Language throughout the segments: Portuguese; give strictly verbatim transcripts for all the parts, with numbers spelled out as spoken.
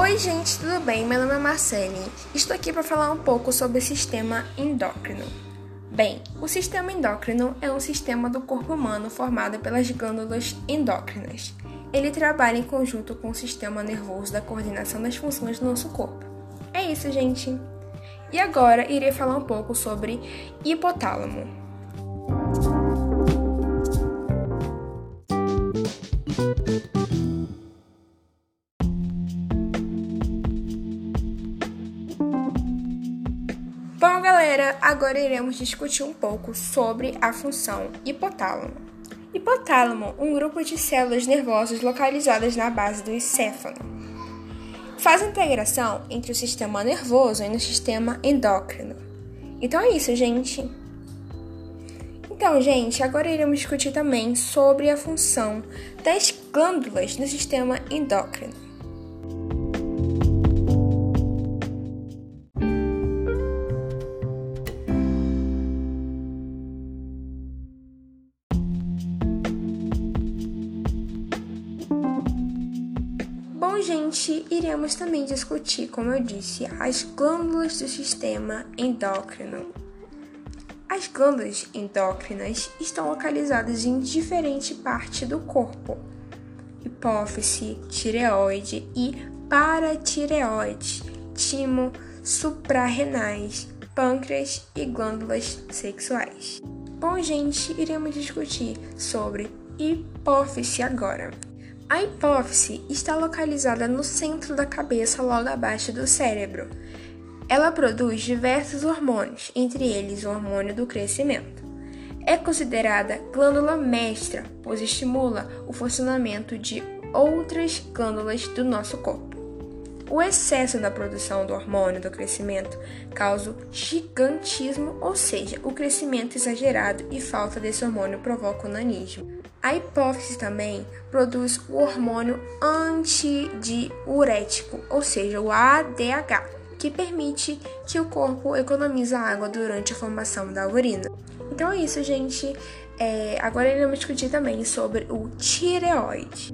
Oi gente, tudo bem? Meu nome é Marcele. Estou aqui para falar um pouco sobre o sistema endócrino. Bem, o sistema endócrino é um sistema do corpo humano formado pelas glândulas endócrinas. Ele trabalha em conjunto com o sistema nervoso da coordenação das funções do nosso corpo. É isso, gente! E agora irei falar um pouco sobre hipotálamo. Bom, galera, agora iremos discutir um pouco sobre a função hipotálamo. Hipotálamo, um grupo de células nervosas localizadas na base do encéfalo, faz a integração entre o sistema nervoso e o sistema endócrino. Então é isso, gente. Então, gente, agora iremos discutir também sobre a função das glândulas do sistema endócrino. Bom, gente, iremos também discutir, como eu disse, as glândulas do sistema endócrino. As glândulas endócrinas estão localizadas em diferentes partes do corpo: hipófise, tireoide e paratireoide, timo, suprarrenais, pâncreas e glândulas sexuais. Bom, gente, iremos discutir sobre hipófise agora. A hipófise está localizada no centro da cabeça, logo abaixo do cérebro. Ela produz diversos hormônios, entre eles o hormônio do crescimento. É considerada glândula mestra, pois estimula o funcionamento de outras glândulas do nosso corpo. O excesso da produção do hormônio do crescimento causa o gigantismo, ou seja, o crescimento exagerado, e falta desse hormônio provoca o nanismo. A hipófise também produz o hormônio antidiurético, ou seja, o A D H, que permite que o corpo economize água durante a formação da urina. Então é isso, gente. É, agora iremos discutir também sobre o tireoide.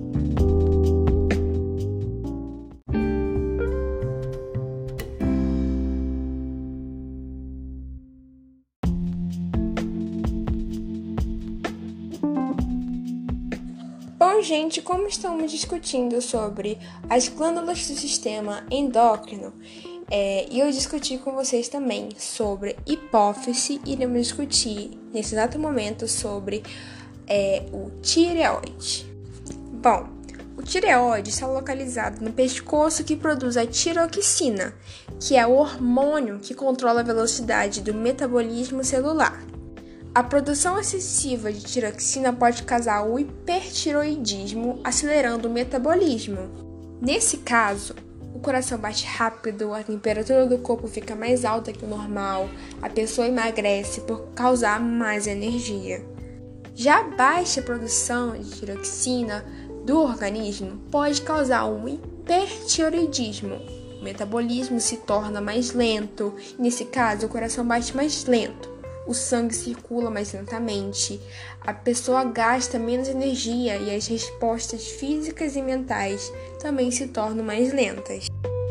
Bom, gente, como estamos discutindo sobre as glândulas do sistema endócrino, é, e eu discuti com vocês também sobre hipófise, iremos discutir nesse exato momento sobre é, o tireoide. Bom, o tireoide está localizado no pescoço, que produz a tiroxina, que é o hormônio que controla a velocidade do metabolismo celular. A produção excessiva de tiroxina pode causar o hipertiroidismo, acelerando o metabolismo. Nesse caso, o coração bate rápido, a temperatura do corpo fica mais alta que o normal, a pessoa emagrece por causar mais energia. Já a baixa produção de tiroxina do organismo pode causar um hipertiroidismo. O metabolismo se torna mais lento, e nesse caso o coração bate mais lento. O sangue circula mais lentamente, a pessoa gasta menos energia e as respostas físicas e mentais também se tornam mais lentas.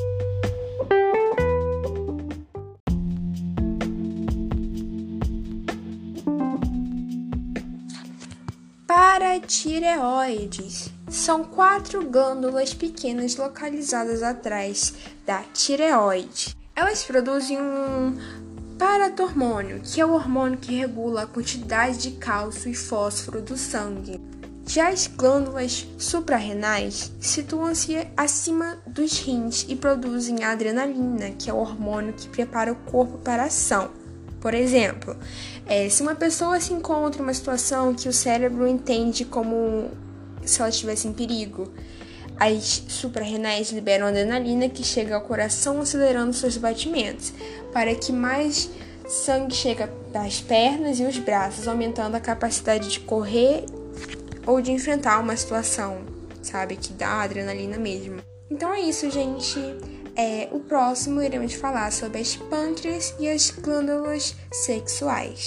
Paratireoides são quatro glândulas pequenas localizadas atrás da tireoide. Elas produzem um paratormônio, que é o hormônio que regula a quantidade de cálcio e fósforo do sangue. Já as glândulas suprarrenais situam-se acima dos rins e produzem a adrenalina, que é o hormônio que prepara o corpo para a ação. Por exemplo, é, se uma pessoa se encontra em uma situação que o cérebro entende como se ela estivesse em perigo, as suprarrenais liberam adrenalina, que chega ao coração, acelerando seus batimentos, para que mais sangue chegue às pernas e os braços, aumentando a capacidade de correr ou de enfrentar uma situação, sabe, que dá adrenalina mesmo. Então é isso, gente. É, o próximo iremos falar sobre as pâncreas e as glândulas sexuais.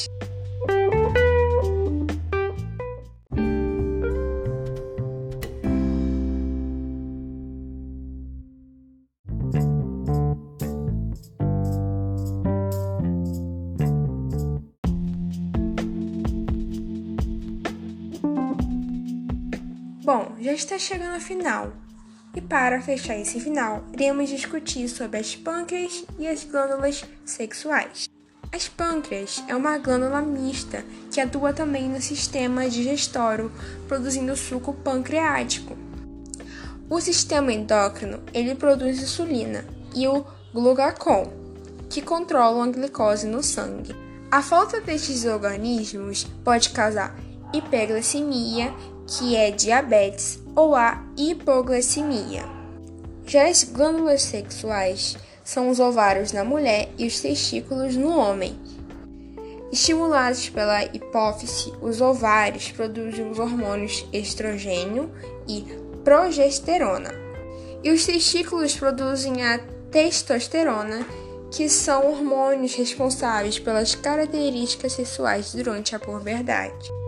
Bom, já está chegando ao final. E para fechar esse final, iremos discutir sobre as pâncreas e as glândulas sexuais. As pâncreas é uma glândula mista que atua também no sistema digestório, produzindo suco pancreático. O sistema endócrino, ele produz insulina e o glucagon, que controlam a glicose no sangue. A falta destes organismos pode causar hiperglicemia, que é diabetes, ou a hipoglicemia. Já as glândulas sexuais são os ovários na mulher e os testículos no homem. Estimulados pela hipófise, os ovários produzem os hormônios estrogênio e progesterona, e os testículos produzem a testosterona, que são hormônios responsáveis pelas características sexuais durante a puberdade.